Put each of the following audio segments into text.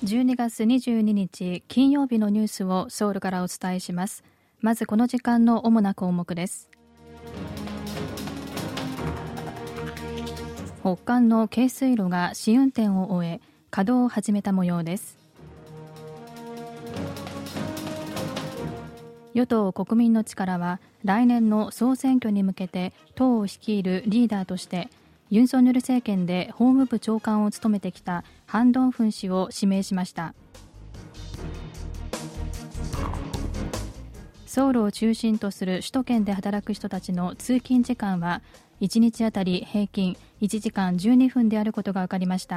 12月22日金曜日のニュースをソウルからお伝えします。まずこの時間の主な項目です。北韓の軽水炉が試運転を終え稼働を始めた模様です。与党国民の力は来年の総選挙に向けて党を率いるリーダーとしてユン・ソンニョル政権で法務部長官を務めてきたハン・ドンフン氏を指名しました。ソウルを中心とする首都圏で働く人たちの通勤時間は1日あたり平均1時間12分であることが分かりました。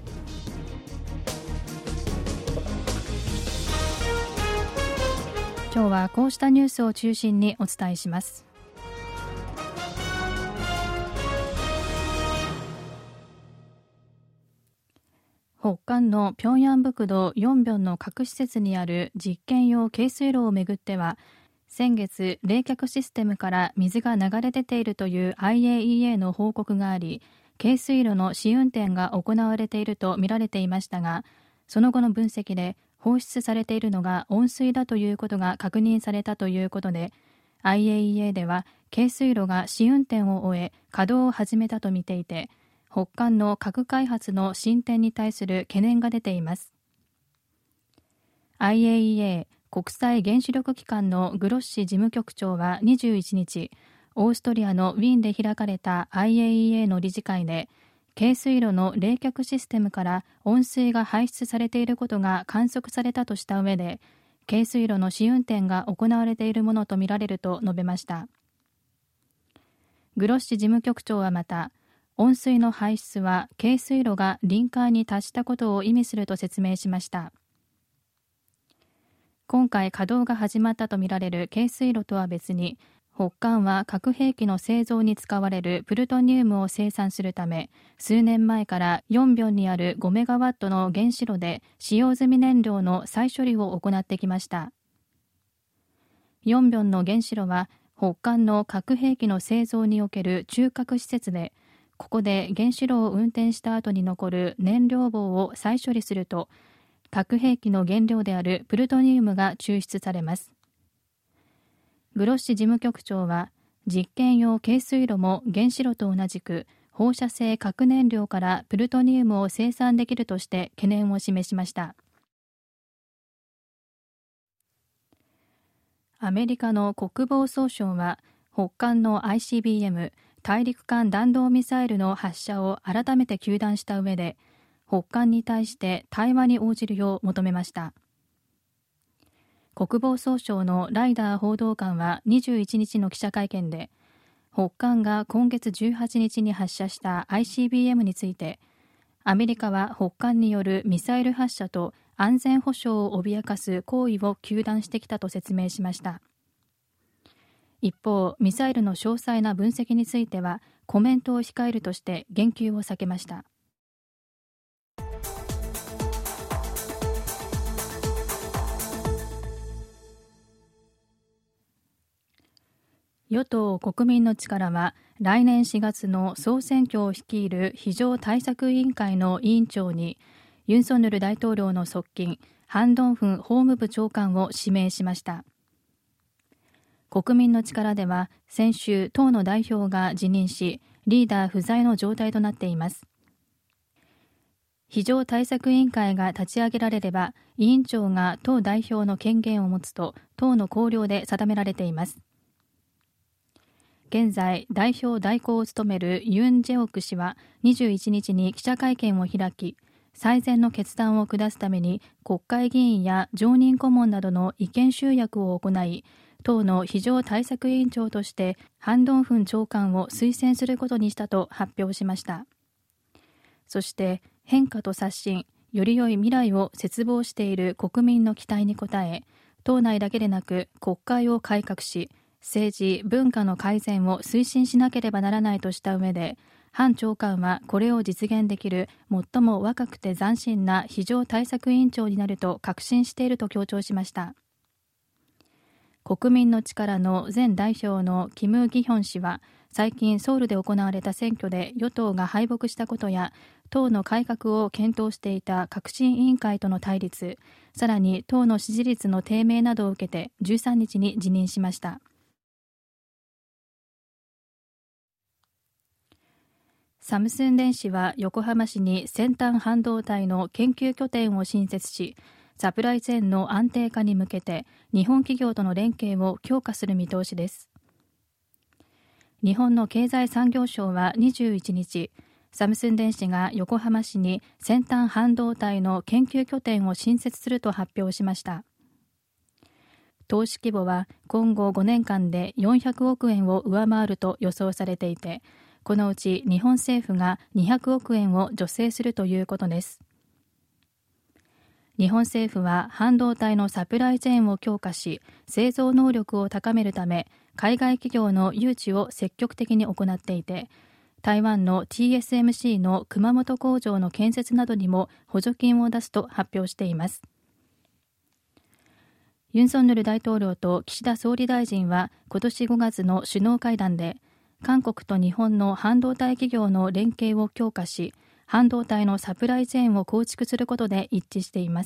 今日はこうしたニュースを中心にお伝えします。北韓の平壌北道ヨンビョンの核施設にある実験用軽水炉をめぐっては、先月冷却システムから水が流れ出ているという IAEA の報告があり、軽水炉の試運転が行われていると見られていましたが、その後の分析で放出されているのが温水だということが確認されたということで、 IAEA では軽水炉が試運転を終え稼働を始めたと見ていて、北韓の核開発の進展に対する懸念が出ています。 IAEA 国際原子力機関のグロッシ事務局長は21日、オーストリアのウィーンで開かれた IAEA の理事会で、軽水炉の冷却システムから温水が排出されていることが観測されたとした上で、軽水炉の試運転が行われているものとみられると述べました。グロッシ事務局長はまた、温水の排出は軽水炉が臨界に達したことを意味すると説明しました。今回稼働が始まったとみられる軽水炉とは別に、北韓は核兵器の製造に使われるプルトニウムを生産するため、数年前からヨンビョンにある5メガワットの原子炉で使用済み燃料の再処理を行ってきました。ヨンビョンの原子炉は北韓の核兵器の製造における中核施設で、ここで原子炉を運転した後に残る燃料棒を再処理すると、核兵器の原料であるプルトニウムが抽出されます。グロッシ事務局長は、実験用軽水炉も原子炉と同じく放射性核燃料からプルトニウムを生産できるとして懸念を示しました。アメリカの国防総省は、北韓の ICBM 大陸間弾道ミサイルの発射を改めて糾弾した上で、北韓に対して対話に応じるよう求めました。国防総省のライダー報道官は21日の記者会見で、北韓が今月18日に発射した ICBM について、アメリカは北韓によるミサイル発射と安全保障を脅かす行為を糾弾してきたと説明しました。一方、ミサイルの詳細な分析についてはコメントを控えるとして言及を避けました。与党国民の力は来年4月の総選挙を率いる非常対策委員会の委員長にユン・ソンニョル大統領の側近ハン・ドンフン法務部長官を指名しました。国民の力では先週党の代表が辞任し、リーダー不在の状態となっています。非常対策委員会が立ち上げられれば、委員長が党代表の権限を持つと党の綱領で定められています。現在代表代行を務めるユン・ジェオク氏は21日に記者会見を開き、最善の決断を下すために国会議員や常任顧問などの意見集約を行い、党の非常対策委員長としてハン・ドンフン長官を推薦することにしたと発表しました。そして変化と刷新、より良い未来を切望している国民の期待に応え、党内だけでなく国会を改革し、政治・文化の改善を推進しなければならないとした上で、ハン長官はこれを実現できる最も若くて斬新な非常対策委員長になると確信していると強調しました。国民の力の前代表のキム・ギヒョン氏は最近ソウルで行われた選挙で与党が敗北したことや、党の改革を検討していた革新委員会との対立、さらに党の支持率の低迷などを受けて13日に辞任しました。サムスン電子は横浜市に先端半導体の研究拠点を新設し、サプライチェーンの安定化に向けて日本企業との連携を強化する見通しです。日本の経済産業省は21日、サムスン電子が横浜市に先端半導体の研究拠点を新設すると発表しました。投資規模は今後5年間で400億円を上回ると予想されていて、このうち日本政府が200億円を助成するということです。日本政府は半導体のサプライチェーンを強化し、製造能力を高めるため、海外企業の誘致を積極的に行っていて、台湾の TSMC の熊本工場の建設などにも補助金を出すと発表しています。ユン・ソンニョル大統領と岸田総理大臣は今年5月の首脳会談で、韓国と日本の半導体企業の連携を強化し、半導体のサプライチェーンを構築することで一致しています。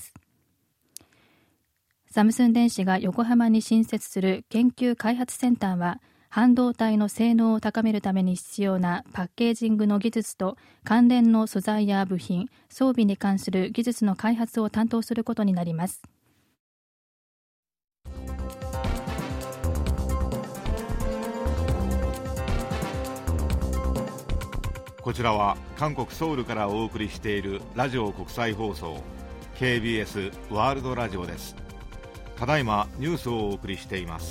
サムスン電子が横浜に新設する研究開発センターは、半導体の性能を高めるために必要なパッケージングの技術と関連の素材や部品、装備に関する技術の開発を担当することになります。 こちらは韓国ソウルからお送りしているラジオ国際放送 KBS ワールドラジオです。ただいまニュースをお送りしています。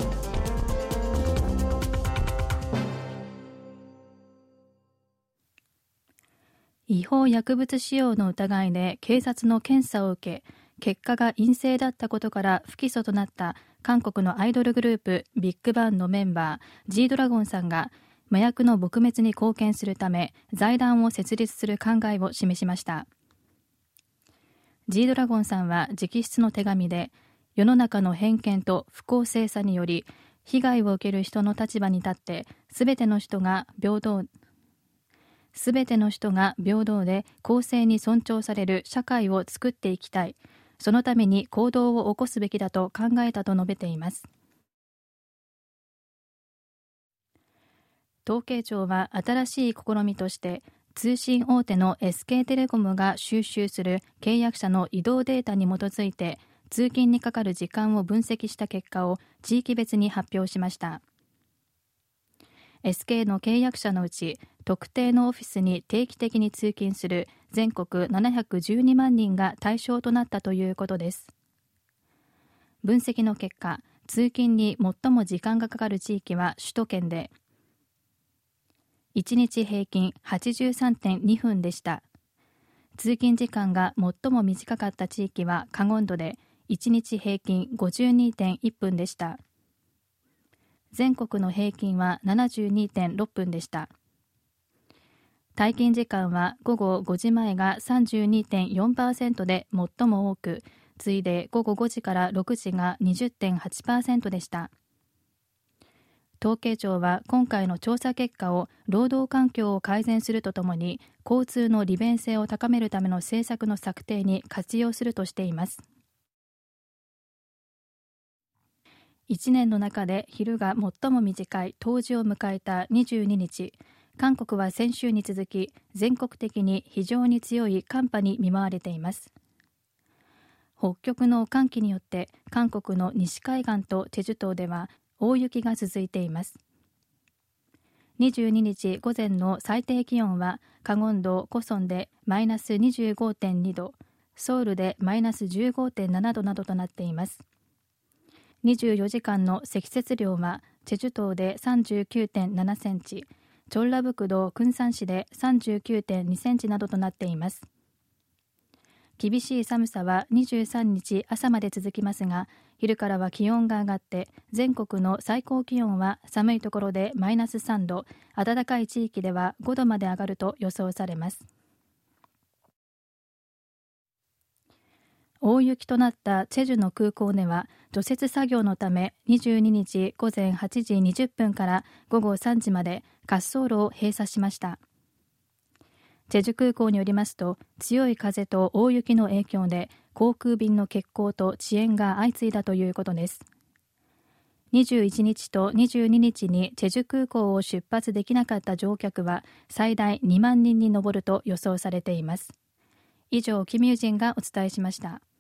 違法薬物使用の疑いで警察の検査を受け、結果が陰性だったことから不起訴となった韓国のアイドルグループビッグバンのメンバー G ドラゴンさんが、麻薬の撲滅に貢献するため財団を設立する考えを示しました。 G ドラゴンさんは直筆の手紙で、世の中の偏見と不公正さにより被害を受ける人の立場に立って、すべての人が平等で公正に尊重される社会を作っていきたい。そのために行動を起こすべきだと考えたと述べています。統計庁は新しい試みとして、通信大手の SK テレコムが収集する契約者の移動データに基づいて、通勤にかかる時間を分析した結果を地域別に発表しました。SK の契約者のうち、特定のオフィスに定期的に通勤する全国712万人が対象となったということです。分析の結果、通勤に最も時間がかかる地域は首都圏で、1日平均 83.2 分でした。通勤時間が最も短かった地域はカゴンドで、1日平均 52.1 分でした。全国の平均は 72.6 分でした。退勤時間は午後5時前が 32.4% で最も多く、次いで午後5時から6時が 20.8% でした。統計庁は今回の調査結果を労働環境を改善するとともに、交通の利便性を高めるための政策の策定に活用するとしています。1年の中で昼が最も短い冬至を迎えた22日、韓国は先週に続き全国的に非常に強い寒波に見舞われています。北極の寒気によって韓国の西海岸とチェジュ島では大雪が続いています。22日午前の最低気温はカゴン道コソンでマイナス 25.2 度、ソウルでマイナス 15.7 度などとなっています。24時間の積雪量はチェジュ島で 39.7 センチ、チョンラブク道クンサン市で 39.2 センチなどとなっています。厳しい寒さは23日朝まで続きますが、昼からは気温が上がって、全国の最高気温は寒いところでマイナス3度、暖かい地域では5度まで上がると予想されます。 大雪となったチェジュの空港では除雪作業のため22日午前8時20分から午後3時まで滑走路を閉鎖しました。チェジュ空港によりますと、強い風と大雪の影響で航空便の欠航と遅延が相次いだということです。21日と22日にチェジュ空港を出発できなかった乗客は最大2万人に上ると予想されています。以上、キム・ユジンがお伝えしました。